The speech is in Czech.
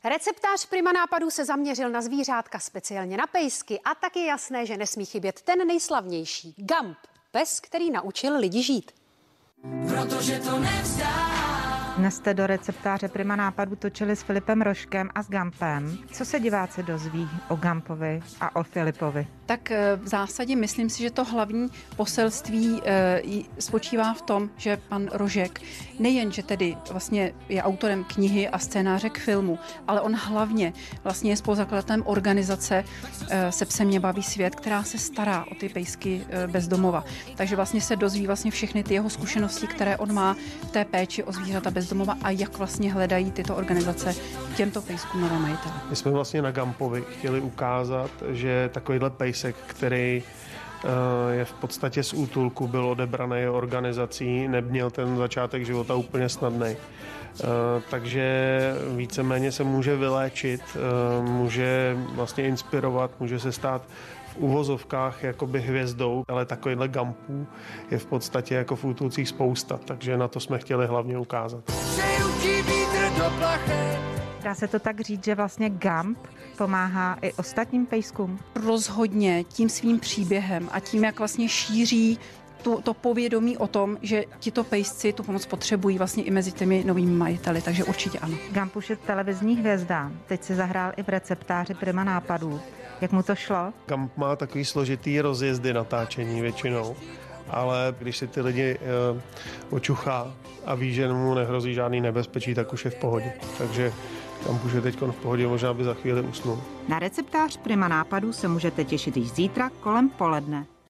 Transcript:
Receptář Prima nápadů se zaměřil na zvířátka, speciálně na pejsky, a tak je jasné, že nesmí chybět ten nejslavnější, Gump, pes, který naučil lidi žít. Protože to nevzdá. Dnes jste do receptáře Prima nápadů točili s Filipem Rožkem a s Gumpem. Co se diváci dozví o Gumpovi a o Filipovi? Tak v zásadě myslím si, že to hlavní poselství spočívá v tom, že pan Rožek nejen, že tedy vlastně je autorem knihy a scénáře k filmu, ale on hlavně vlastně je spoluzakladatelem organizace Se psem mě baví svět, která se stará o ty pejsky bez domova. Takže vlastně se dozví vlastně všechny ty jeho zkušenosti, které on má v té péči o zvířata bez domova a jak vlastně hledají tyto organizace těmto pejskům nové majitele. My jsme vlastně na Gumpovi chtěli ukázat, že takovýhle pejsek, který je v podstatě z útulku, byl odebraný organizací, neměl ten začátek života úplně snadný. Takže víceméně se může vyléčit, může vlastně inspirovat, může se stát v uvozovkách jakoby hvězdou, ale takovýhle Gumpů je v podstatě jako v útulcích spousta, takže na to jsme chtěli hlavně ukázat. Dá se to tak říct, že vlastně Gump pomáhá i ostatním pejskům? Rozhodně tím svým příběhem a tím, jak vlastně šíří to povědomí o tom, že tito pejsci tu pomoc potřebují vlastně i mezi těmi novými majiteli, takže určitě ano. Gump už je televizní hvězda, teď se zahrál i v receptáři Prima nápadů. Jak mu to šlo? Gump má takový složitý rozjezdy natáčení většinou, ale když si ty lidi očuchá a ví, že mu nehrozí žádný nebezpečí, tak už je v pohodě. Takže Gump už je teď v pohodě, možná by za chvíli usnul. Na receptář Prima nápadů se můžete těšit již zítra kolem poledne.